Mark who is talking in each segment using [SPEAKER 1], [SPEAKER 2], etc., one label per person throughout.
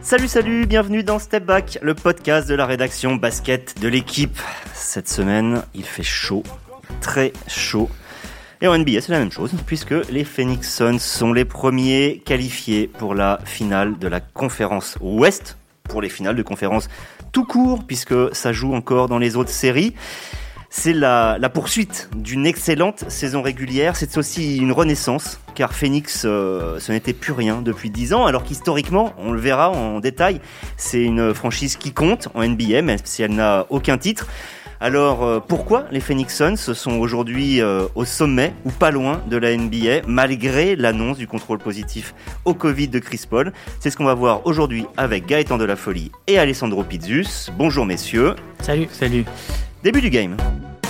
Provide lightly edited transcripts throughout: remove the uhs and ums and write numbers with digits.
[SPEAKER 1] Salut, bienvenue dans Step Back, le podcast de la rédaction basket de l'équipe. Cette semaine, il fait chaud, très chaud. Et en NBA, c'est la même chose, puisque les Phoenix Suns sont les premiers qualifiés pour la finale de la conférence Ouest, pour les finales de conférence tout court, puisque ça joue encore dans les autres séries. C'est la poursuite d'une excellente saison régulière. C'est aussi une renaissance, car Phoenix, ce n'était plus rien depuis 10 ans, alors qu'historiquement, on le verra en détail, c'est une franchise qui compte en NBA, même si elle n'a aucun titre. Alors, pourquoi les Phoenix Suns sont aujourd'hui au sommet, ou pas loin de la NBA, malgré l'annonce du contrôle positif au Covid de Chris Paul? C'est ce qu'on va voir aujourd'hui avec Gaëtan de la Folie et Alessandro Pizzus. Bonjour messieurs.
[SPEAKER 2] Salut.
[SPEAKER 1] Début du game.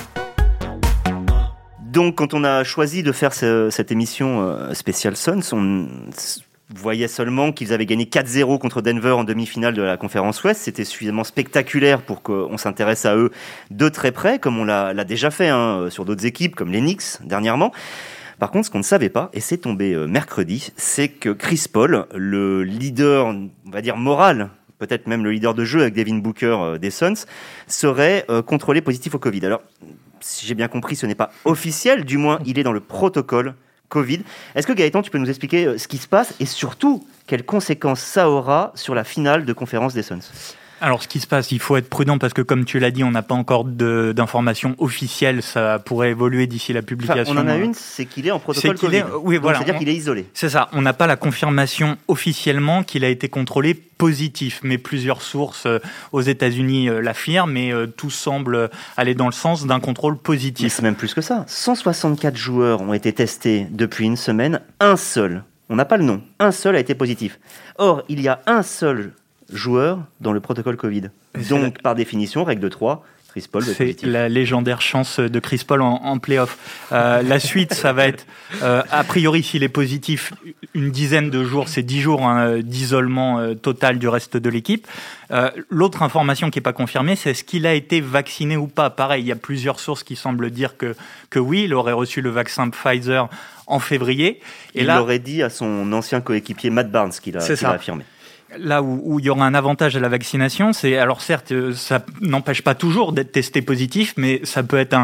[SPEAKER 1] Donc, quand on a choisi de faire cette émission spéciale Suns, on voyait seulement qu'ils avaient gagné 4-0 contre Denver en demi-finale de la conférence Ouest. C'était suffisamment spectaculaire pour qu'on s'intéresse à eux de très près, comme on l'a déjà fait sur d'autres équipes, comme les Knicks dernièrement. Par contre, ce qu'on ne savait pas, et c'est tombé mercredi, c'est que Chris Paul, le leader, on va dire moral, peut-être même le leader de jeu avec Devin Booker des Suns, serait contrôlé positif au Covid. Alors, si j'ai bien compris, ce n'est pas officiel, du moins il est dans le protocole Covid. Est-ce que Gaëtan, tu peux nous expliquer ce qui se passe et surtout quelles conséquences ça aura sur la finale de conférence des Suns ?
[SPEAKER 2] Alors, ce qui se passe, il faut être prudent parce que, comme tu l'as dit, on n'a pas encore d'informations officielles. Ça pourrait évoluer d'ici la publication.
[SPEAKER 1] Enfin, on en a une, c'est qu'il est en protocole Covid.
[SPEAKER 2] Oui, voilà.
[SPEAKER 1] C'est-à-dire qu'il est isolé.
[SPEAKER 2] C'est ça. On n'a pas la confirmation officiellement qu'il a été contrôlé positif, mais plusieurs sources aux États-Unis l'affirment et tout semble aller dans le sens d'un contrôle positif.
[SPEAKER 1] Mais c'est même plus que ça. 164 joueurs ont été testés depuis une semaine. Un seul, on n'a pas le nom, un seul a été positif. Or, il y a un seul joueur dans le protocole Covid. Donc, par définition, règle de 3, Chris Paul doit être positif.
[SPEAKER 2] C'est la légendaire chance de Chris Paul en play-off. La suite, ça va être, a priori, s'il est positif, une dizaine de jours, c'est 10 jours d'isolement total du reste de l'équipe. L'autre information qui n'est pas confirmée, c'est est-ce qu'il a été vacciné ou pas. Pareil, il y a plusieurs sources qui semblent dire que oui, il aurait reçu le vaccin Pfizer en février. Et
[SPEAKER 1] il l'aurait dit à son ancien coéquipier Matt Barnes, qu'il a affirmé.
[SPEAKER 2] Là où il y aura un avantage à la vaccination, c'est, alors certes, ça n'empêche pas toujours d'être testé positif, mais ça peut être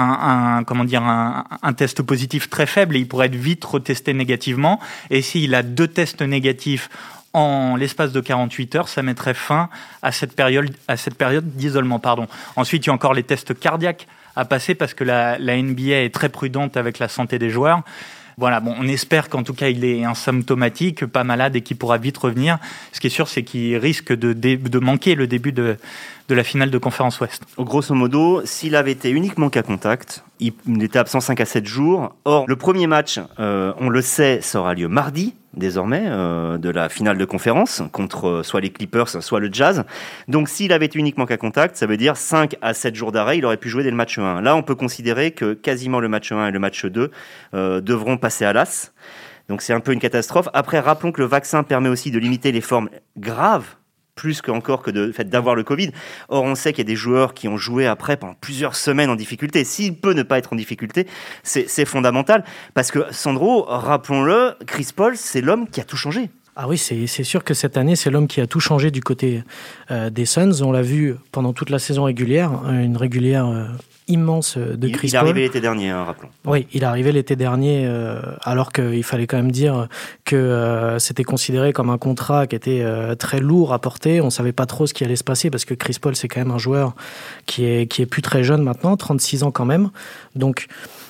[SPEAKER 2] un test positif très faible et il pourrait être vite retesté négativement. Et s'il a 2 tests négatifs en l'espace de 48 heures, ça mettrait fin à cette période d'isolement. Ensuite, il y a encore les tests cardiaques à passer parce que la NBA est très prudente avec la santé des joueurs. Voilà, on espère qu'en tout cas il est asymptomatique, pas malade et qu'il pourra vite revenir. Ce qui est sûr, c'est qu'il risque de manquer le début de la finale de conférence Ouest.
[SPEAKER 1] Grosso modo, s'il avait été uniquement cas contact, il était absent 5 à 7 jours. Or, le premier match, on le sait, ça aura lieu mardi, désormais, de la finale de conférence, contre soit les Clippers, soit le Jazz. Donc, s'il avait été uniquement cas contact, ça veut dire 5 à 7 jours d'arrêt, il aurait pu jouer dès le match 1. Là, on peut considérer que quasiment le match 1 et le match 2 devront passer à l'as. Donc, c'est un peu une catastrophe. Après, rappelons que le vaccin permet aussi de limiter les formes graves, plus qu'encore que de fait d'avoir le Covid. Or, on sait qu'il y a des joueurs qui ont joué après pendant plusieurs semaines en difficulté. S'il peut ne pas être en difficulté, c'est fondamental. Parce que, Sandro, rappelons-le, Chris Paul, c'est l'homme qui a tout changé.
[SPEAKER 3] Ah oui, c'est sûr que cette année, c'est l'homme qui a tout changé du côté des Suns. On l'a vu pendant toute la saison régulière, une régulière immense de Chris Paul.
[SPEAKER 1] Il est arrivé l'été dernier, rappelons.
[SPEAKER 3] Oui, il est arrivé l'été dernier, alors qu'il fallait quand même dire que c'était considéré comme un contrat qui était très lourd à porter. On ne savait pas trop ce qui allait se passer parce que Chris Paul, c'est quand même un joueur qui est plus très jeune maintenant, 36 ans quand même. Donc,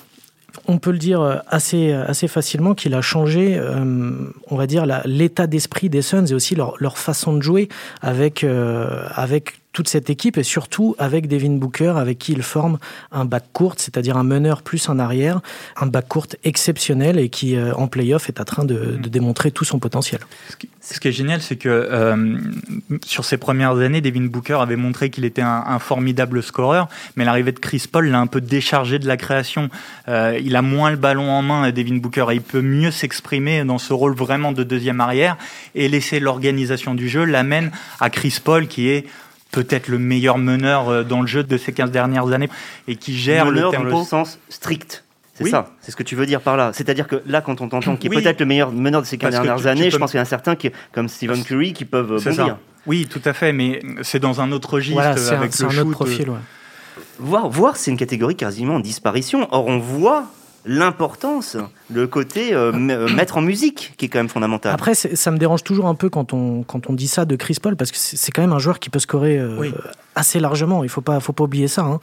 [SPEAKER 3] on peut le dire assez facilement qu'il a changé, on va dire, l'état d'esprit des Suns et aussi leur façon de jouer avec toute cette équipe et surtout avec Devin Booker, avec qui il forme un backcourt, c'est-à-dire un meneur plus en arrière, un backcourt exceptionnel et qui, en play-off, est en train de démontrer tout son potentiel.
[SPEAKER 2] Ce qui est génial, c'est que sur ses premières années, Devin Booker avait montré qu'il était un formidable scoreur, mais l'arrivée de Chris Paul l'a un peu déchargé de la création. Il a moins le ballon en main, Devin Booker, et il peut mieux s'exprimer dans ce rôle vraiment de deuxième arrière et laisser l'organisation du jeu l'amène à Chris Paul, qui est peut-être le meilleur meneur dans le jeu de ces 15 dernières années et qui gère
[SPEAKER 1] meneur
[SPEAKER 2] le tempo.
[SPEAKER 1] Dans le sens strict. C'est ça, c'est ce que tu veux dire par là. C'est-à-dire que là, quand on t'entend, qui est peut-être le meilleur meneur de ces 15 dernières années, je pense qu'il y en a certains comme Stephen Curry qui peuvent bondir.
[SPEAKER 2] Oui, tout à fait, mais c'est dans un autre registre avec le shoot.
[SPEAKER 3] C'est un autre profil,
[SPEAKER 1] Voir, c'est une catégorie quasiment en disparition. Or, on voit l'importance, le côté mettre en musique, qui est quand même fondamental.
[SPEAKER 3] Après, ça me dérange toujours un peu quand on dit ça de Chris Paul, parce que c'est quand même un joueur qui peut scorer assez largement. Il faut pas oublier ça. Hein.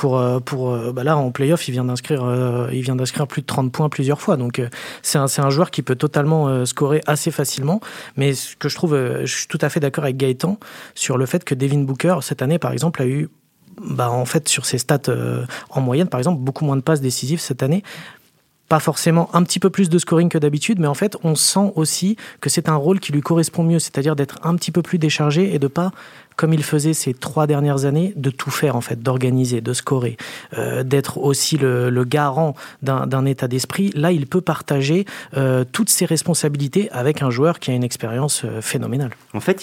[SPEAKER 3] Là, en play-off, il vient d'inscrire plus de 30 points plusieurs fois. Donc, c'est un joueur qui peut totalement scorer assez facilement. Mais ce que je trouve, je suis tout à fait d'accord avec Gaëtan sur le fait que Devin Booker, cette année, par exemple, a eu en fait, sur ses stats en moyenne, par exemple, beaucoup moins de passes décisives cette année. Pas forcément un petit peu plus de scoring que d'habitude, mais en fait, on sent aussi que c'est un rôle qui lui correspond mieux, c'est-à-dire d'être un petit peu plus déchargé et de pas, comme il faisait ces 3 dernières années, de tout faire, en fait, d'organiser, de scorer, d'être aussi le garant d'un état d'esprit. Là, il peut partager toutes ses responsabilités avec un joueur qui a une expérience phénoménale.
[SPEAKER 1] En fait,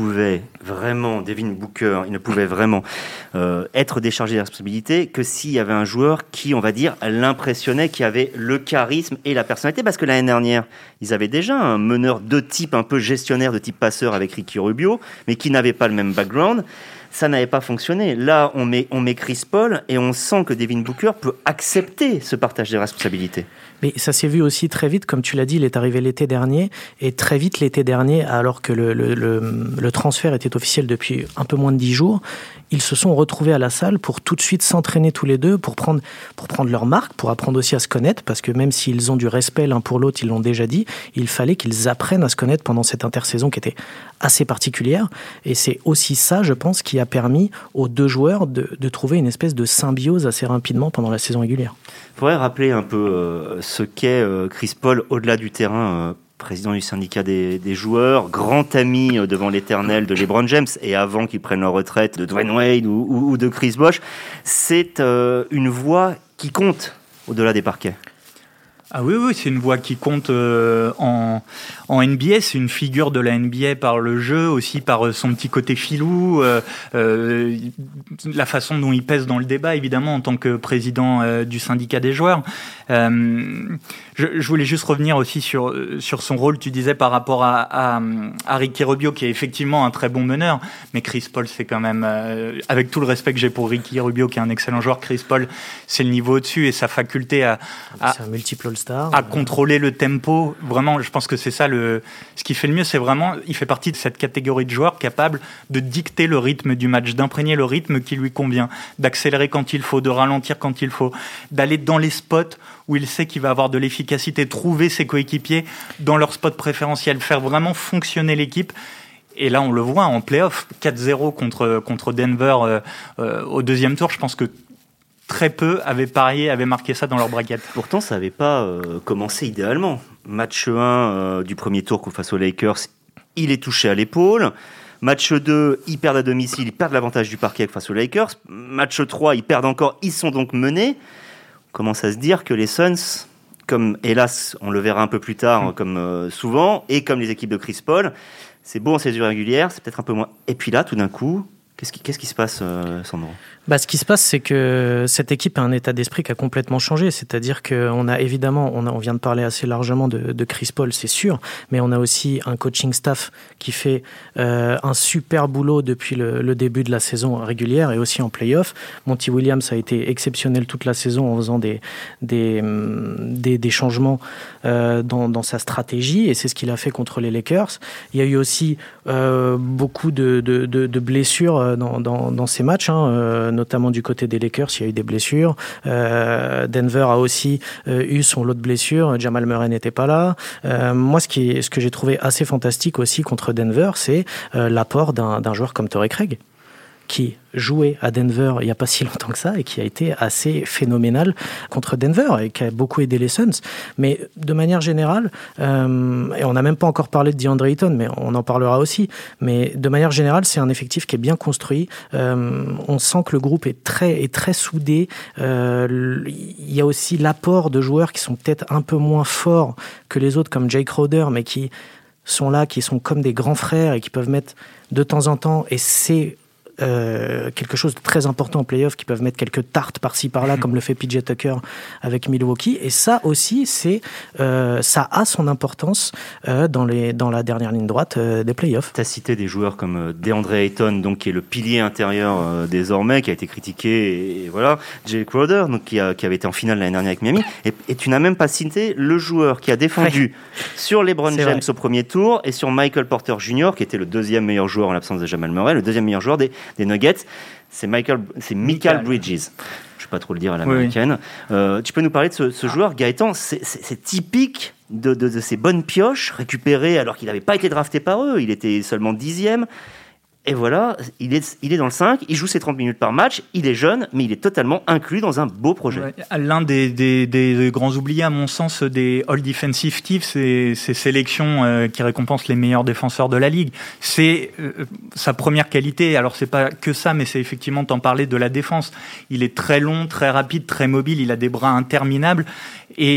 [SPEAKER 1] Devin Booker, il ne pouvait vraiment être déchargé des responsabilités que s'il y avait un joueur qui, on va dire, l'impressionnait, qui avait le charisme et la personnalité, parce que l'année dernière, ils avaient déjà un meneur de type un peu gestionnaire, de type passeur avec Ricky Rubio, mais qui n'avait pas le même background. Ça n'avait pas fonctionné. Là, on met Chris Paul et on sent que Devin Booker peut accepter ce partage des responsabilités.
[SPEAKER 3] Mais ça s'est vu aussi très vite, comme tu l'as dit, il est arrivé l'été dernier, et très vite l'été dernier, alors que le transfert était officiel depuis un peu moins de 10 jours, ils se sont retrouvés à la salle pour tout de suite s'entraîner tous les deux, pour prendre leur marque, pour apprendre aussi à se connaître, parce que même s'ils ont du respect l'un pour l'autre, ils l'ont déjà dit, il fallait qu'ils apprennent à se connaître pendant cette intersaison qui était assez particulière, et c'est aussi ça, je pense, qui a permis aux deux joueurs de trouver une espèce de symbiose assez rapidement pendant la saison régulière.
[SPEAKER 1] Il faudrait rappeler un peu ce qu'est Chris Paul au-delà du terrain, président du syndicat des joueurs, grand ami devant l'éternel de LeBron James, et avant qu'il prenne leur retraite de Dwayne Wade ou de Chris Bosh. C'est une voix qui compte au-delà des parquets.
[SPEAKER 2] Ah oui, c'est une voix qui compte en NBA. C'est une figure de la NBA par le jeu, aussi par son petit côté filou, la façon dont il pèse dans le débat, évidemment, en tant que président du syndicat des joueurs. Je voulais juste revenir aussi sur son rôle, tu disais, par rapport à Ricky Rubio, qui est effectivement un très bon meneur, mais Chris Paul, c'est quand même, avec tout le respect que j'ai pour Ricky Rubio, qui est un excellent joueur, Chris Paul, c'est le niveau au-dessus, et sa faculté
[SPEAKER 3] c'est un multiple All-Star,
[SPEAKER 2] à contrôler le tempo. Vraiment, je pense que c'est ça ce qui fait le mieux, c'est vraiment, il fait partie de cette catégorie de joueurs capables de dicter le rythme du match, d'imprégner le rythme qui lui convient, d'accélérer quand il faut, de ralentir quand il faut, d'aller dans les spots où il sait qu'il va avoir de l'efficacité, trouver ses coéquipiers dans leur spot préférentiel, faire vraiment fonctionner l'équipe. Et là, on le voit en play-off, 4-0 contre Denver au deuxième tour. Je pense que très peu avaient marqué ça dans leur bracket.
[SPEAKER 1] Pourtant, ça n'avait pas commencé idéalement. Match 1 du premier tour face aux Lakers, il est touché à l'épaule. Match 2, ils perdent à domicile, ils perdent l'avantage du parquet face aux Lakers. Match 3, ils perdent encore, ils sont donc menés. On commence à se dire que les Suns, comme hélas, on le verra un peu plus tard, comme souvent, et comme les équipes de Chris Paul, c'est beau en saison régulière, c'est peut-être un peu moins. Et puis là, tout d'un coup, qu'est-ce qui se passe, Sandro ?
[SPEAKER 3] Ce qui se passe, c'est que cette équipe a un état d'esprit qui a complètement changé. C'est-à-dire qu'on a évidemment, on vient de parler assez largement de Chris Paul, c'est sûr, mais on a aussi un coaching staff qui fait un super boulot depuis le début de la saison régulière et aussi en play-off. Monty Williams a été exceptionnel toute la saison en faisant des changements dans sa stratégie, et c'est ce qu'il a fait contre les Lakers. Il y a eu aussi beaucoup de blessures dans ces matchs, notamment du côté des Lakers, il y a eu des blessures. Denver a aussi eu son lot de blessures. Jamal Murray n'était pas là. Moi, ce que j'ai trouvé assez fantastique aussi contre Denver, c'est l'apport d'un joueur comme Torrey Craig, qui jouait à Denver il n'y a pas si longtemps que ça et qui a été assez phénoménal contre Denver et qui a beaucoup aidé les Suns. Mais de manière générale, et on n'a même pas encore parlé de DeAndre Ayton, mais on en parlera aussi, mais de manière générale, c'est un effectif qui est bien construit. On sent que le groupe est très soudé. Il y a aussi l'apport de joueurs qui sont peut-être un peu moins forts que les autres, comme Jay Crowder, mais qui sont là, qui sont comme des grands frères et qui peuvent mettre de temps en temps, et c'est quelque chose de très important en play-off, qui peuvent mettre quelques tartes par-ci par-là, comme le fait PJ Tucker avec Milwaukee. Et ça aussi, ça a son importance dans la dernière ligne droite des play-offs.
[SPEAKER 1] Tu as cité des joueurs comme DeAndre Ayton, donc, qui est le pilier intérieur désormais, qui a été critiqué, et voilà. Jay Crowder, donc, qui avait été en finale l'année dernière avec Miami. Et tu n'as même pas cité le joueur qui a défendu sur LeBron James au premier tour et sur Michael Porter Jr., qui était le deuxième meilleur joueur en l'absence de Jamal Murray, le deuxième meilleur joueur des Nuggets. C'est Mikal Bridges. Je ne vais pas trop le dire à l'américaine. Oui. Tu peux nous parler de ce joueur, Gaëtan? C'est typique de ces bonnes pioches récupérées alors qu'il n'avait pas été drafté par eux. Il était seulement 10e. Et voilà, il est dans le 5, il joue ses 30 minutes par match, il est jeune, mais il est totalement inclus dans un beau projet.
[SPEAKER 2] Ouais, l'un des grands oubliés, à mon sens, des All Defensive Teams, c'est ces sélections qui récompensent les meilleurs défenseurs de la Ligue. C'est sa première qualité. Alors, c'est pas que ça, mais c'est effectivement, t'en parlais, de la défense. Il est très long, très rapide, très mobile, il a des bras interminables. Et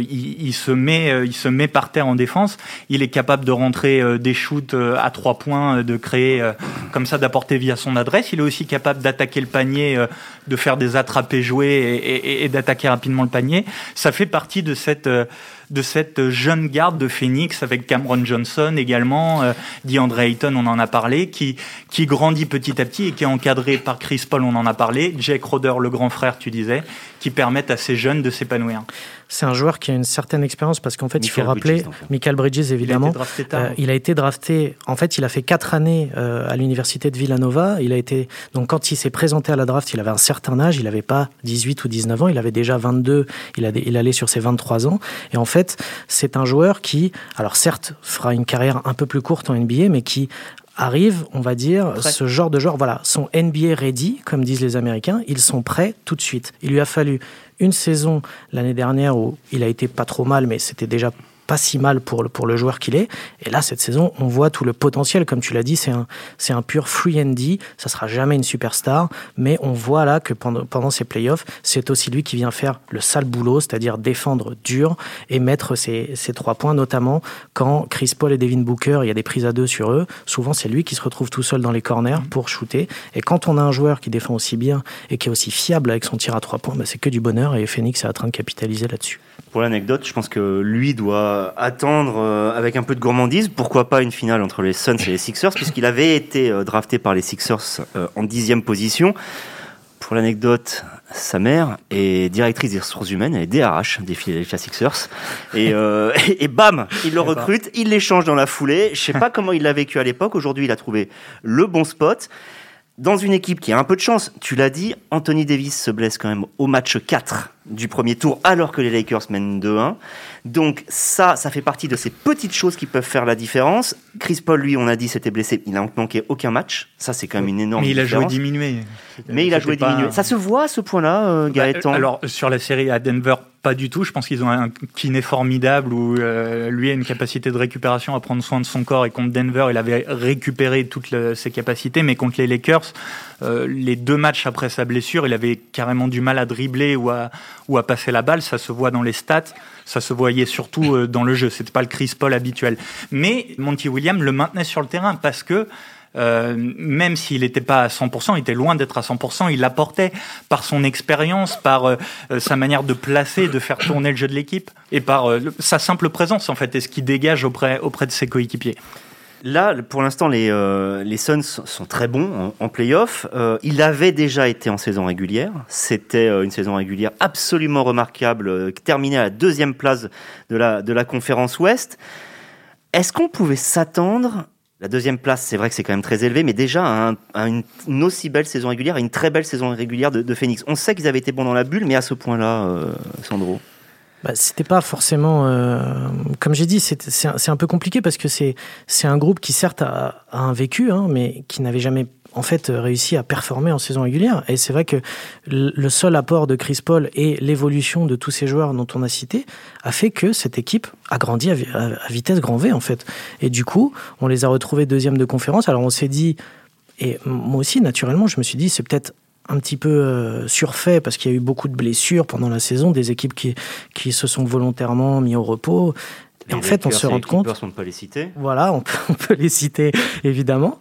[SPEAKER 2] il se met par terre en défense. Il est capable de rentrer des shoots à 3 points, de créer comme ça, d'apporter via son adresse. Il est aussi capable d'attaquer le panier, de faire des attrapés joués et d'attaquer rapidement le panier. Ça fait partie de cette jeune garde de Phoenix, avec Cameron Johnson également, DeAndre Ayton, on en a parlé, qui grandit petit à petit et qui est encadré par Chris Paul, on en a parlé, Jay Crowder, le grand frère, tu disais, qui permettent à ces jeunes de s'épanouir.
[SPEAKER 3] C'est un joueur qui a une certaine expérience, parce qu'en fait, il faut rappeler, Mikal Bridges, évidemment, il a été drafté, en fait, il a fait 4 années à l'université de Villanova. Donc quand il s'est présenté à la draft, il avait un certain âge, il n'avait pas 18 ou 19 ans, il avait déjà 22, il allait sur ses 23 ans, et en fait, c'est un joueur qui, alors certes, fera une carrière un peu plus courte en NBA, mais qui arrive, on va dire, ce genre de joueurs, voilà, sont NBA ready, comme disent les Américains, ils sont prêts tout de suite. Il lui a fallu une saison l'année dernière où il a été pas trop mal, mais c'était déjà pas si mal pour le joueur qu'il est. Et là, cette saison, on voit tout le potentiel. Comme tu l'as dit, c'est un pur free and D. Ça sera jamais une superstar, mais on voit là que pendant ces playoffs, c'est aussi lui qui vient faire le sale boulot, c'est-à-dire défendre dur et mettre ses 3 points, notamment quand Chris Paul et Devin Booker, il y a des prises à 2 sur eux. Souvent, c'est lui qui se retrouve tout seul dans les corners pour shooter. Et quand on a un joueur qui défend aussi bien et qui est aussi fiable avec son tir à 3 points, c'est que du bonheur, et Phoenix est en train de capitaliser là-dessus.
[SPEAKER 1] Pour l'anecdote, je pense que lui doit attendre avec un peu de gourmandise, pourquoi pas une finale entre les Suns et les Sixers, puisqu'il avait été drafté par les Sixers en 10e position. Pour l'anecdote, sa mère est directrice des ressources humaines, elle est DRH des Philadelphia Sixers, et bam, il le recrute, il l'échange dans la foulée. Je sais pas comment il l'a vécu à l'époque, aujourd'hui il a trouvé le bon spot. Dans une équipe qui a un peu de chance, tu l'as dit, Anthony Davis se blesse quand même au match 4 du premier tour, alors que les Lakers mènent 2-1. Donc ça fait partie de ces petites choses qui peuvent faire la différence. Chris Paul, lui, on a dit, s'était blessé, il n'a manqué aucun match. Ça, c'est quand même une énorme différence.
[SPEAKER 2] Mais il a joué diminué.
[SPEAKER 1] Ça se voit à ce point-là, Gaëtan?
[SPEAKER 2] Alors, sur la série à Denver, pas du tout. Je pense qu'ils ont un kiné formidable où lui a une capacité de récupération à prendre soin de son corps, et contre Denver, il avait récupéré toutes ses capacités, mais contre les Lakers, les 2 matchs après sa blessure, il avait carrément du mal à dribbler ou à passer la balle. Ça se voit dans les stats, ça se voyait surtout dans le jeu. C'était pas le Chris Paul habituel. Mais Monty Williams le maintenait sur le terrain parce que même s'il n'était pas à 100%, il était loin d'être à 100%, il l'apportait par son expérience, par sa manière de placer, de faire tourner le jeu de l'équipe, et par sa simple présence, en fait, et ce qu'il dégage auprès de ses coéquipiers.
[SPEAKER 1] Là, pour l'instant, les Suns sont très bons en play-off. Il avait déjà été en saison régulière. C'était une saison régulière absolument remarquable, terminée à la 2e place de la conférence Ouest. Est-ce qu'on pouvait s'attendre... La 2e place, c'est vrai que c'est quand même très élevé, mais déjà à une aussi belle saison régulière, à une très belle saison régulière de Phoenix. On sait qu'ils avaient été bons dans la bulle, mais à ce point-là, Sandro?
[SPEAKER 3] C'était pas forcément... comme j'ai dit, c'est un peu compliqué, parce que c'est un groupe qui, certes, a un vécu, mais qui n'avait jamais en fait réussi à performer en saison régulière. Et c'est vrai que le seul apport de Chris Paul et l'évolution de tous ces joueurs dont on a cité a fait que cette équipe a grandi à vitesse grand V, en fait. Et du coup, on les a retrouvés 2e de conférence. Alors on s'est dit, et moi aussi naturellement, je me suis dit, c'est peut-être un petit peu surfait, parce qu'il y a eu beaucoup de blessures pendant la saison, des équipes qui se sont volontairement mis au repos. Et en fait, on se rend compte.
[SPEAKER 1] On ne peut pas les citer.
[SPEAKER 3] Voilà, on peut les citer, évidemment.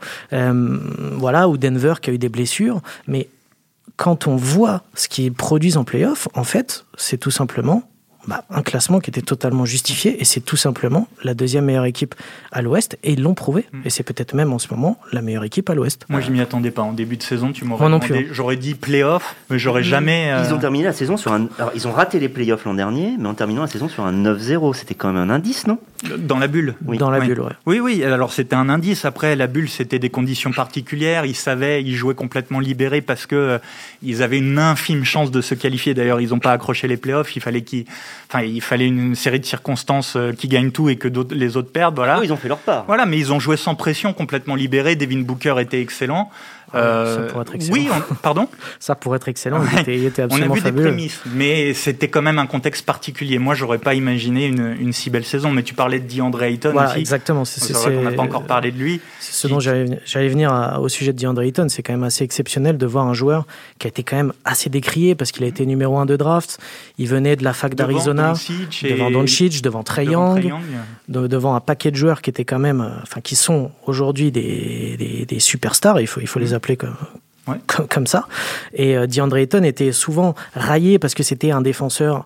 [SPEAKER 3] Ou Denver qui a eu des blessures. Mais quand on voit ce qu'ils produisent en play-off, en fait, c'est tout simplement un classement qui était totalement justifié, et c'est tout simplement la deuxième meilleure équipe à l'Ouest, et ils l'ont prouvé. Et c'est peut-être même en ce moment la meilleure équipe à l'Ouest.
[SPEAKER 2] Moi, je m'y attendais pas. En début de saison, tu m'aurais demandé. J'aurais dit play-off, mais j'aurais jamais.
[SPEAKER 1] Ils ont terminé la saison sur un. Alors, ils ont raté les play-offs l'an dernier, mais en terminant la saison sur un 9-0. C'était quand même un indice, non ?
[SPEAKER 2] Dans la bulle.
[SPEAKER 3] Oui. Dans la bulle, ouais.
[SPEAKER 2] Oui. Alors, c'était un indice. Après, la bulle, c'était des conditions particulières. Ils jouaient complètement libérés parce que ils avaient une infime chance de se qualifier. D'ailleurs, ils n'ont pas accroché les play-offs. Il fallait une série de circonstances qui gagnent tout et que les autres perdent. Voilà.
[SPEAKER 1] Oui, ils ont fait leur part.
[SPEAKER 2] Voilà, mais ils ont joué sans pression, complètement libérés. Devin Booker était excellent.
[SPEAKER 3] Ça pourrait être excellent.
[SPEAKER 2] Oui, pardon.
[SPEAKER 3] Ça pourrait être excellent. Il était absolument
[SPEAKER 2] on a vu
[SPEAKER 3] fabuleux.
[SPEAKER 2] Des prémices, mais c'était quand même un contexte particulier. Moi, j'aurais pas imaginé une si belle saison. Mais tu parlais de DeAndre Ayton aussi.
[SPEAKER 3] Exactement.
[SPEAKER 2] C'est vrai qu'on n'a pas encore parlé de lui.
[SPEAKER 3] C'est ce dont j'allais venir au sujet de DeAndre Ayton. C'est quand même assez exceptionnel de voir un joueur qui a été quand même assez décrié parce qu'il a été numéro 1 de draft. Il venait de la fac d'Arizona, devant Doncic, devant Trae Young, devant un paquet de joueurs qui étaient quand même, qui sont aujourd'hui des superstars. Il faut les appeler comme ça. Et DeAndre Ayton était souvent raillé parce que c'était un défenseur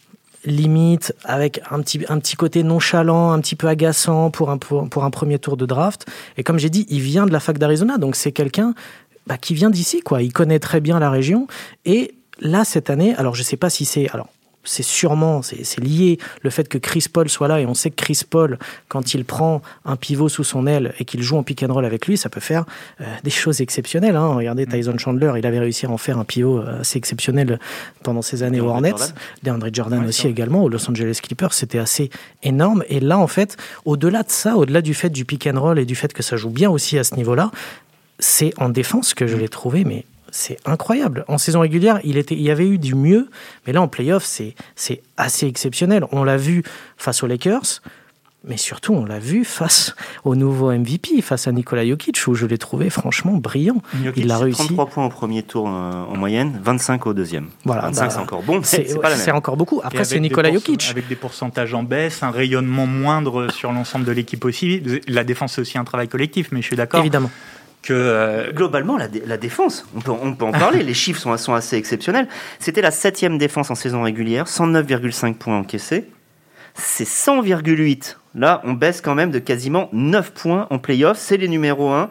[SPEAKER 3] limite, avec un petit côté nonchalant, un petit peu agaçant pour un premier tour de draft. Et comme j'ai dit, il vient de la fac d'Arizona, donc c'est quelqu'un qui vient d'ici, quoi. Il connaît très bien la région. Et là, cette année, alors je sais pas si c'est... c'est sûrement, c'est lié le fait que Chris Paul soit là, et on sait que Chris Paul, quand il prend un pivot sous son aile et qu'il joue en pick and roll avec lui, ça peut faire des choses exceptionnelles. Regardez Tyson Chandler, il avait réussi à en faire un pivot assez exceptionnel pendant ses années aux Hornets. DeAndre Jordan aussi également, aux Los Angeles Clippers, c'était assez énorme. Et là, en fait, au-delà de ça, au-delà du fait du pick and roll et du fait que ça joue bien aussi à ce niveau-là, c'est en défense que je l'ai trouvé, mais c'est incroyable. En saison régulière, il y avait eu du mieux, mais là, en play-off, c'est assez exceptionnel. On l'a vu face aux Lakers, mais surtout, on l'a vu face au nouveau MVP, face à Nikola Jokic, où je l'ai trouvé franchement brillant.
[SPEAKER 1] Jokic, il a réussi. 33 points au premier tour en moyenne, 25 au deuxième.
[SPEAKER 3] Voilà,
[SPEAKER 1] 25, c'est encore bon, mais c'est pas la même.
[SPEAKER 3] C'est encore beaucoup. Après, c'est Nikola Jokic.
[SPEAKER 2] Avec des pourcentages en baisse, un rayonnement moindre sur l'ensemble de l'équipe aussi. La défense, c'est aussi un travail collectif, mais je suis d'accord.
[SPEAKER 3] Évidemment.
[SPEAKER 1] Globalement, la défense, on peut en parler, les chiffres sont assez exceptionnels. C'était la 7e défense en saison régulière, 109,5 points encaissés. C'est 100,8. Là, on baisse quand même de quasiment 9 points en play-off. C'est les numéros 1,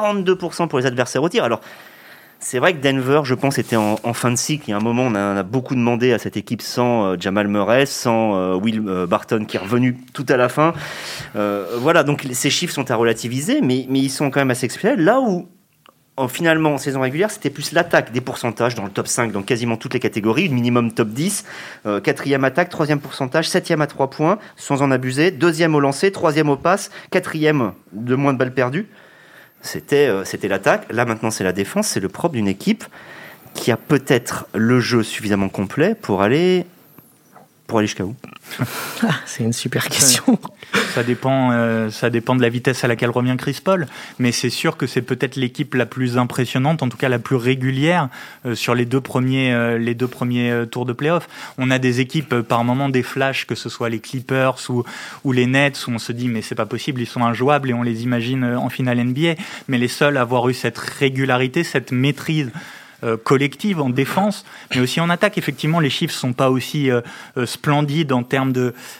[SPEAKER 1] 42% pour les adversaires au tir. Alors, c'est vrai que Denver, je pense, était en fin de cycle. Il y a un moment, on a beaucoup demandé à cette équipe sans Jamal Murray, sans Will Barton qui est revenu tout à la fin. Voilà, donc ces chiffres sont à relativiser, mais ils sont quand même assez exceptionnels. Là où, finalement, en saison régulière, c'était plus l'attaque, des pourcentages dans le top 5, dans quasiment toutes les catégories, minimum top 10, 4e attaque, 3e pourcentage, 7e à 3 points, sans en abuser, 2e au lancer, 3e au passe, 4e de moins de balles perdues. C'était l'attaque. Là, maintenant, c'est la défense. C'est le propre d'une équipe qui a peut-être le jeu suffisamment complet pour aller jusqu'à où ?
[SPEAKER 3] C'est une super question.
[SPEAKER 2] Ça dépend de la vitesse à laquelle revient Chris Paul, mais c'est sûr que c'est peut-être l'équipe la plus impressionnante, en tout cas la plus régulière sur les deux premiers tours de play-off. On a des équipes par moment, des flashs, que ce soit les Clippers ou les Nets, où on se dit mais c'est pas possible, ils sont injouables et on les imagine en finale NBA, mais les seuls à avoir eu cette régularité, cette maîtrise collective en défense, mais aussi en attaque. Effectivement, les chiffres sont pas aussi splendides en termes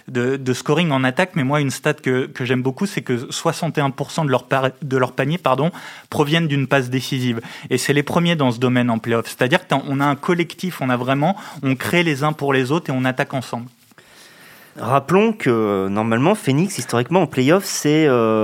[SPEAKER 2] de scoring en attaque, mais moi, une stat que j'aime beaucoup, c'est que 61% de leur panier proviennent d'une passe décisive. Et c'est les premiers dans ce domaine en play-off. C'est-à-dire qu'on a un collectif, on crée les uns pour les autres et on attaque ensemble.
[SPEAKER 1] Rappelons que normalement, Phoenix, historiquement, en play-off, c'est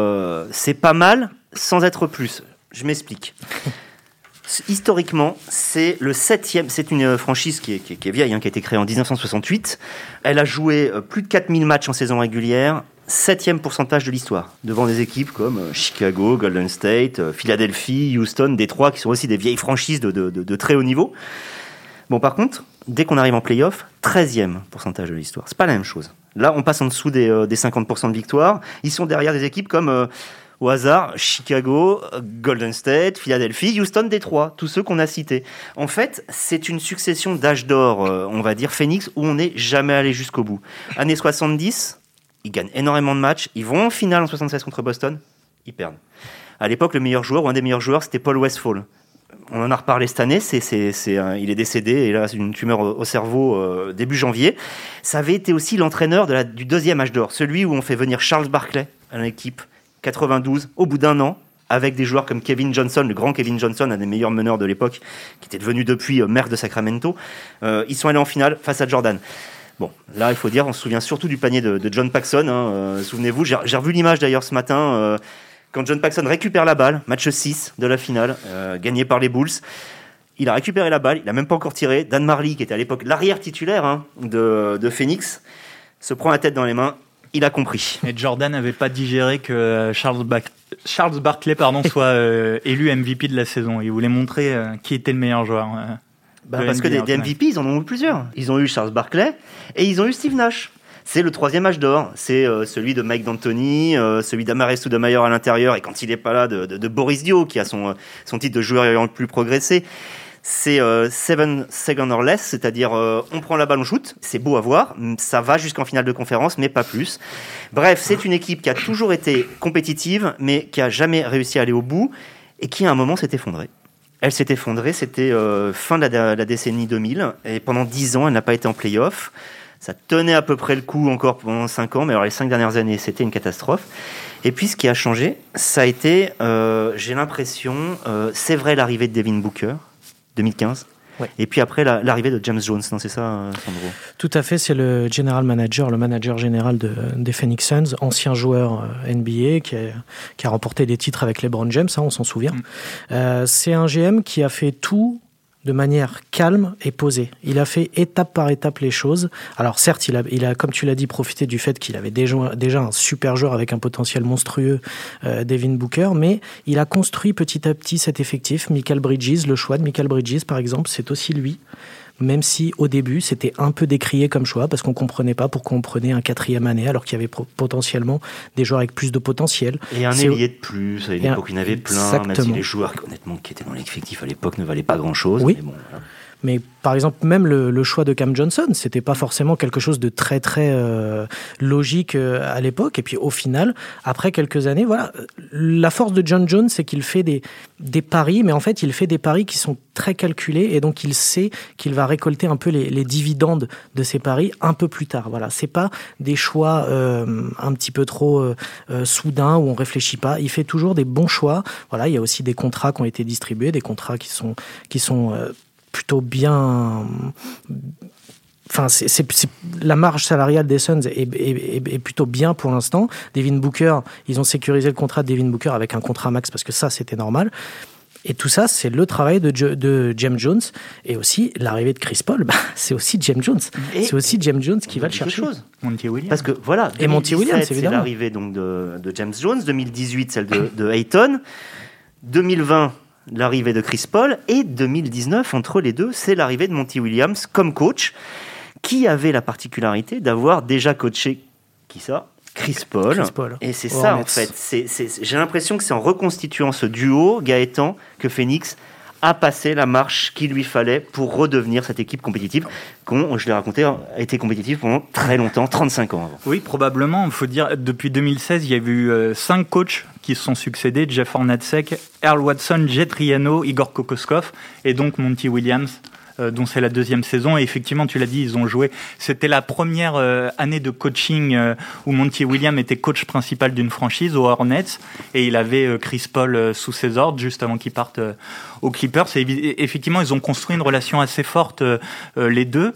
[SPEAKER 1] pas mal sans être plus. Je m'explique. Historiquement, c'est le 7e. C'est une franchise qui est vieille, qui a été créée en 1968. Elle a joué plus de 4000 matchs en saison régulière, 7e pourcentage de l'histoire, devant des équipes comme Chicago, Golden State, Philadelphie, Houston, Détroit, qui sont aussi des vieilles franchises de très haut niveau. Bon, par contre, dès qu'on arrive en play-off, 13e pourcentage de l'histoire. C'est pas la même chose. Là, on passe en dessous des 50% de victoires. Ils sont derrière des équipes comme... au hasard, Chicago, Golden State, Philadelphie, Houston, Détroit, tous ceux qu'on a cités. En fait, c'est une succession d'âges d'or, on va dire Phoenix, où on n'est jamais allé jusqu'au bout. Années 70, ils gagnent énormément de matchs, ils vont en finale en 76 contre Boston, ils perdent. À l'époque, le meilleur joueur, ou un des meilleurs joueurs, c'était Paul Westphal. On en a reparlé cette année, il est décédé, et là, c'est une tumeur au cerveau début janvier. Ça avait été aussi l'entraîneur du deuxième âge d'or, celui où on fait venir Charles Barkley à l'équipe, 92, au bout d'un an, avec des joueurs comme Kevin Johnson, le grand Kevin Johnson, un des meilleurs meneurs de l'époque, qui était devenu depuis maire de Sacramento. Ils sont allés en finale face à Jordan. Bon, là, il faut dire, on se souvient surtout du panier de John Paxson. Souvenez-vous, j'ai revu l'image d'ailleurs ce matin, quand John Paxson récupère la balle, match 6 de la finale, gagné par les Bulls. Il a récupéré la balle, il n'a même pas encore tiré. Dan Marley, qui était à l'époque l'arrière titulaire de Phoenix, se prend la tête dans les mains. Il a compris.
[SPEAKER 2] Et Jordan n'avait pas digéré que Charles Barkley soit élu MVP de la saison. Il voulait montrer qui était le meilleur joueur.
[SPEAKER 1] Parce que des MVP, ils en ont eu plusieurs. Ils ont eu Charles Barkley et ils ont eu Steve Nash. C'est le troisième âge d'or. C'est celui de Mike D'Antoni, celui d'Amar'e Stoudemire à l'intérieur, et quand il n'est pas là, de Boris Dio, qui a son titre de joueur ayant le plus progressé. C'est 7 seconds or less, c'est-à-dire on prend la balle, on shoot. C'est beau à voir, ça va jusqu'en finale de conférence, mais pas plus. Bref, c'est une équipe qui a toujours été compétitive, mais qui a jamais réussi à aller au bout, et qui à un moment s'est effondrée. Elle s'est effondrée, c'était fin de la décennie 2000, et pendant 10 ans, elle n'a pas été en play-off. Ça tenait à peu près le coup encore pendant 5 ans, mais alors les 5 dernières années, c'était une catastrophe. Et puis ce qui a changé, ça a été, j'ai l'impression, c'est vrai, l'arrivée de Devin Booker, 2015. Ouais. Et puis après, l'arrivée de James Jones, non, c'est ça, Sandro ?
[SPEAKER 3] Tout à fait, c'est le manager général des Phoenix Suns, ancien joueur NBA qui a remporté des titres avec LeBron James, on s'en souvient. C'est un GM qui a fait tout de manière calme et posée. Il a fait étape par étape les choses. Alors certes, il a comme tu l'as dit, profité du fait qu'il avait déjà un super joueur avec un potentiel monstrueux, Devin Booker, mais il a construit petit à petit cet effectif. Mikal Bridges, le choix de Mikal Bridges, par exemple, c'est aussi lui. Même si au début c'était un peu décrié comme choix parce qu'on comprenait pas pourquoi on prenait un 4e année alors qu'il y avait potentiellement des joueurs avec plus de potentiel.
[SPEAKER 1] Et un ailier de plus, à l'époque il y en avait plein, exactement. Même si les joueurs honnêtement qui étaient dans l'effectif à l'époque ne valaient pas grand chose.
[SPEAKER 3] Oui.
[SPEAKER 1] Mais bon, voilà.
[SPEAKER 3] Mais par exemple, même le choix de Cam Johnson, c'était pas forcément quelque chose de très très logique à l'époque. Et puis au final, après quelques années, voilà, la force de John Jones, c'est qu'il fait des paris, mais en fait, il fait des paris qui sont très calculés, et donc il sait qu'il va récolter un peu les dividendes de ces paris un peu plus tard. Voilà, c'est pas des choix un petit peu trop soudains où on réfléchit pas. Il fait toujours des bons choix. Voilà, il y a aussi des contrats qui ont été distribués, des contrats qui sont plutôt bien. Enfin, la marge salariale des Suns est plutôt bien pour l'instant. Devin Booker, ils ont sécurisé le contrat de Devin Booker avec un contrat max parce que ça, c'était normal. Et tout ça, c'est le travail de James Jones, et aussi l'arrivée de Chris Paul. C'est aussi James Jones. C'est aussi James Jones qui va le chercher.
[SPEAKER 2] Monty Williams.
[SPEAKER 1] Parce que voilà.
[SPEAKER 3] Et Monty Williams, évidemment.
[SPEAKER 1] C'est l'arrivée donc de James Jones. 2018, celle de Ayton. 2020. L'arrivée de Chris Paul, et 2019, entre les deux, c'est l'arrivée de Monty Williams comme coach, qui avait la particularité d'avoir déjà coaché, qui ça ? Chris Paul. Et c'est ça, en fait. J'ai l'impression que c'est en reconstituant ce duo, Gaëtan, que Phoenix a passé la marche qu'il lui fallait pour redevenir cette équipe compétitive, je l'ai raconté, a été compétitive pendant très longtemps, 35 ans avant.
[SPEAKER 2] Oui, probablement. Il faut dire, depuis 2016, il y a eu 5 coachs qui se sont succédés: Jeff Hornacek, Earl Watson, Jet Riano, Igor Kokoskov, et donc Monty Williams, dont c'est la 2e saison. Et effectivement, tu l'as dit, ils ont joué. C'était la première année de coaching où Monty Williams était coach principal d'une franchise, aux Hornets, et il avait Chris Paul sous ses ordres juste avant qu'il parte aux Clippers. Et effectivement, ils ont construit une relation assez forte, les deux.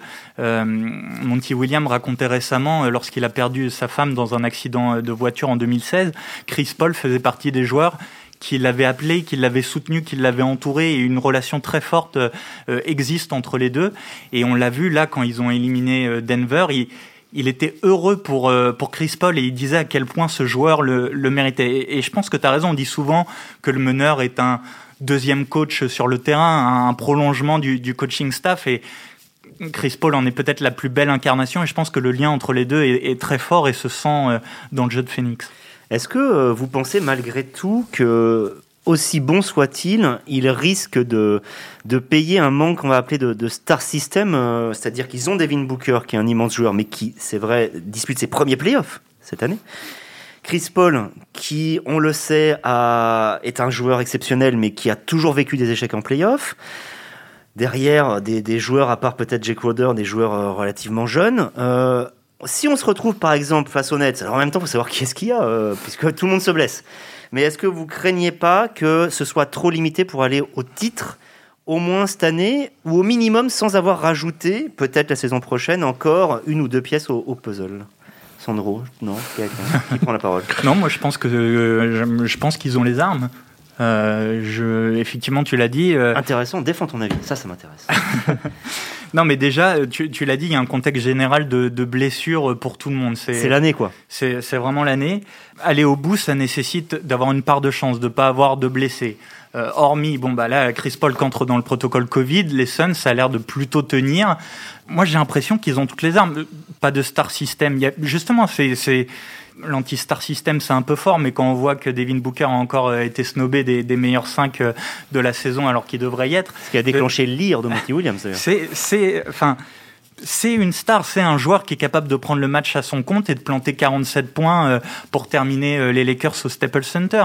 [SPEAKER 2] Monty Williams racontait récemment, lorsqu'il a perdu sa femme dans un accident de voiture en 2016, Chris Paul faisait partie des joueurs qui l'avait appelé, qui l'avait soutenu, qui l'avait entouré, et une relation très forte existe entre les deux. Et on l'a vu là quand ils ont éliminé Denver. Il était heureux pour Chris Paul, et il disait à quel point ce joueur le méritait. Et je pense que tu as raison, on dit souvent que le meneur est un deuxième coach sur le terrain, un prolongement du coaching staff, et Chris Paul en est peut-être la plus belle incarnation, et je pense que le lien entre les deux est très fort et se sent dans le jeu de Phoenix.
[SPEAKER 1] Est-ce que vous pensez malgré tout que, aussi bon soit-il, il risque de payer un manque, on va appeler de star system, c'est-à-dire qu'ils ont Devin Booker, qui est un immense joueur, mais qui, c'est vrai, dispute ses premiers playoffs. cette année. Chris Paul, qui, on le sait, est un joueur exceptionnel, mais qui a toujours vécu des échecs en play-off. Derrière, des joueurs, à part peut-être Jake Crowder, des joueurs relativement jeunes. Si on se retrouve, par exemple, face aux Nets, alors en même temps, il faut savoir qui est-ce qu'il y a, puisque tout le monde se blesse. Mais est-ce que vous craignez pas que ce soit trop limité pour aller au titre, au moins cette année, ou au minimum sans avoir rajouté, peut-être la saison prochaine, encore 1 ou 2 pièces au puzzle? Sandro, non, quelqu'un qui prend la parole.
[SPEAKER 2] Non, moi je pense qu'ils ont les armes. Effectivement, tu l'as dit.
[SPEAKER 1] Intéressant, défends ton avis, ça m'intéresse.
[SPEAKER 2] Non, mais déjà, tu l'as dit, il y a un contexte général de blessures pour tout le monde.
[SPEAKER 1] C'est l'année, quoi.
[SPEAKER 2] C'est vraiment l'année. Aller au bout, ça nécessite d'avoir une part de chance, de ne pas avoir de blessés. Hormis, là, Chris Paul qui entre dans le protocole Covid, les Suns, ça a l'air de plutôt tenir. Moi, j'ai l'impression qu'ils ont toutes les armes. Pas de star system. Justement, c'est l'anti-star system, c'est un peu fort, mais quand on voit que Devin Booker a encore été snobé des meilleurs 5 de la saison alors qu'il devrait y être.
[SPEAKER 1] Ce qui a déclenché l'ire de Monty Williams.
[SPEAKER 2] C'est une star, c'est un joueur qui est capable de prendre le match à son compte et de planter 47 points pour terminer les Lakers au Staples Center.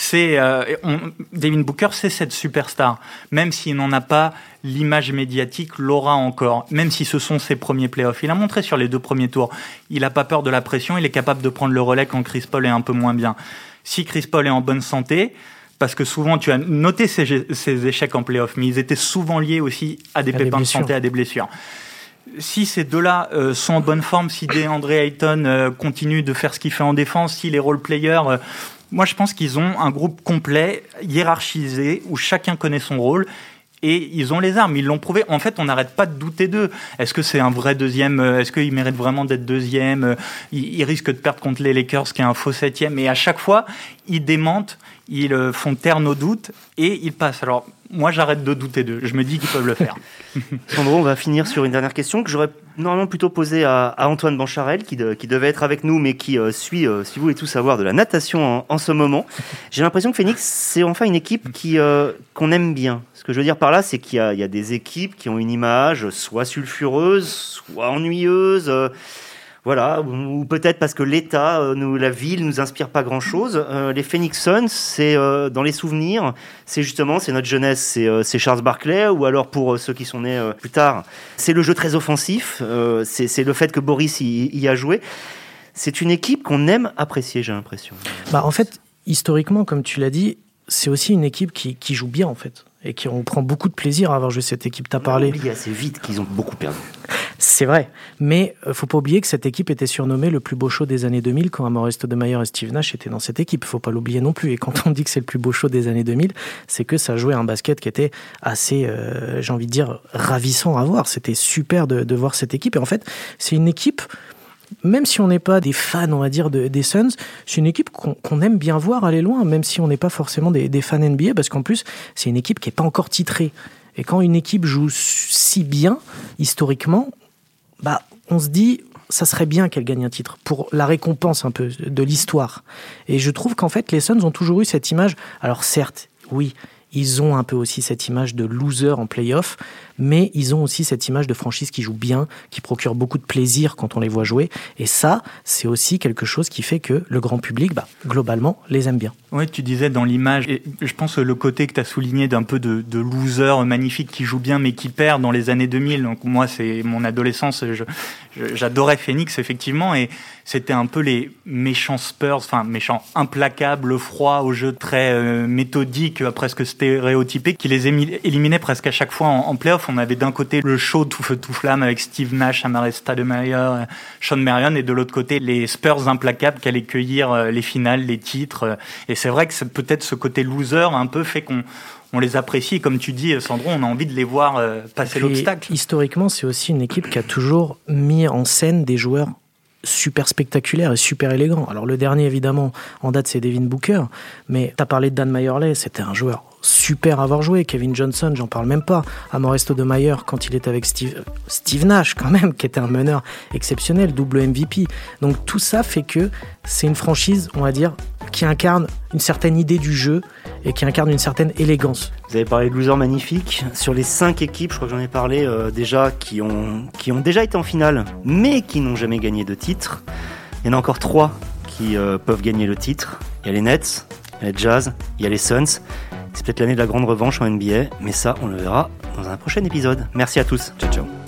[SPEAKER 2] Devin Booker, c'est cette superstar. Même s'il n'en a pas l'image médiatique, l'aura encore. Même si ce sont ses premiers playoffs. Il a montré sur les 2 premiers tours. Il n'a pas peur de la pression, il est capable de prendre le relais quand Chris Paul est un peu moins bien. Si Chris Paul est en bonne santé, parce que souvent, tu as noté ses échecs en playoffs, mais ils étaient souvent liés aussi à des pépins de santé, à des blessures. Si ces deux-là sont en bonne forme, si DeAndre Ayton continue de faire ce qu'il fait en défense, si les role-players... moi, je pense qu'ils ont un groupe complet, hiérarchisé, où chacun connaît son rôle, et ils ont les armes, ils l'ont prouvé. En fait, on n'arrête pas de douter d'eux. Est-ce que c'est un vrai deuxième ? Est-ce qu'ils méritent vraiment d'être deuxième ? Ils risquent de perdre contre les Lakers, qui est un faux 7e. Et à chaque fois, ils démentent, ils font taire nos doutes, et ils passent. Alors, moi, j'arrête de douter d'eux. Je me dis qu'ils peuvent le faire.
[SPEAKER 1] Sandro, on va finir sur une dernière question que j'aurais normalement plutôt posée à Antoine Bancharel, qui devait être avec nous, mais qui suit, si vous voulez tout savoir, de la natation en ce moment. J'ai l'impression que Phoenix, c'est enfin une équipe qu'on aime bien. Ce que je veux dire par là, c'est qu'il y a des équipes qui ont une image soit sulfureuse, soit ennuyeuse, ou peut-être parce que l'État, la ville, nous inspire pas grand-chose. Les Phoenix Suns, c'est dans les souvenirs, c'est notre jeunesse, c'est Charles Barkley, ou alors pour ceux qui sont nés plus tard, c'est le jeu très offensif, c'est le fait que Boris y a joué. C'est une équipe qu'on aime apprécier, j'ai l'impression.
[SPEAKER 3] En fait, historiquement, comme tu l'as dit, c'est aussi une équipe qui joue bien, en fait. Et on prend beaucoup de plaisir à avoir joué cette équipe. T'as parlé.
[SPEAKER 1] On oublie assez vite qu'ils ont beaucoup perdu.
[SPEAKER 3] C'est vrai, mais faut pas oublier que cette équipe était surnommée le plus beau show des années 2000 quand Amar'e Stoudemire et Steve Nash étaient dans cette équipe. Faut pas l'oublier non plus. Et quand on dit que c'est le plus beau show des années 2000, c'est que ça jouait un basket qui était assez, j'ai envie de dire, ravissant à voir. C'était super de voir cette équipe. Et en fait, c'est une équipe. Même si on n'est pas des fans, on va dire, des Suns, c'est une équipe qu'on aime bien voir aller loin, même si on n'est pas forcément des fans NBA, parce qu'en plus, c'est une équipe qui n'est pas encore titrée. Et quand une équipe joue si bien, historiquement, on se dit, ça serait bien qu'elle gagne un titre, pour la récompense un peu de l'histoire. Et je trouve qu'en fait, les Suns ont toujours eu cette image, alors certes, oui, ils ont un peu aussi cette image de loser en play-off, mais ils ont aussi cette image de franchise qui joue bien, qui procure beaucoup de plaisir quand on les voit jouer. Et ça, c'est aussi quelque chose qui fait que le grand public, globalement, les aime bien.
[SPEAKER 2] Oui, tu disais dans l'image, et je pense le côté que tu as souligné d'un peu de loser magnifique qui joue bien mais qui perd dans les années 2000. Donc moi, c'est mon adolescence, j'adorais Phoenix, effectivement, et c'était un peu les méchants Spurs, enfin méchants implacables, froids, au jeu très méthodique, presque stéréotypé, qui les éliminaient presque à chaque fois en play-off. On avait d'un côté le show tout feu tout flamme avec Steve Nash, Amar'e Stoudemire, Sean Marion, et de l'autre côté les Spurs implacables qui allaient cueillir les finales, les titres. Et c'est vrai que c'est peut-être ce côté loser un peu fait qu'on les apprécie. Comme tu dis, Sandro, on a envie de les voir passer l'obstacle.
[SPEAKER 3] Historiquement, c'est aussi une équipe qui a toujours mis en scène des joueurs super spectaculaire et super élégant. Alors le dernier évidemment en date c'est Devin Booker, mais t'as parlé de Dan Majerle, c'était un joueur super à avoir joué. Kevin Johnson, j'en parle même pas. Amar'e Stoudemire quand il était avec Steve Nash quand même, qui était un meneur exceptionnel, double MVP. Donc tout ça fait que c'est une franchise, on va dire, qui incarne une certaine idée du jeu et qui incarne une certaine élégance.
[SPEAKER 1] Vous avez parlé de losers magnifiques. Sur les 5 équipes, je crois que j'en ai parlé déjà, qui ont déjà été en finale, mais qui n'ont jamais gagné de titre, il y en a encore 3 qui peuvent gagner le titre. Il y a les Nets, il y a les Jazz, il y a les Suns. C'est peut-être l'année de la grande revanche en NBA, mais ça, on le verra dans un prochain épisode. Merci à tous. Ciao, ciao.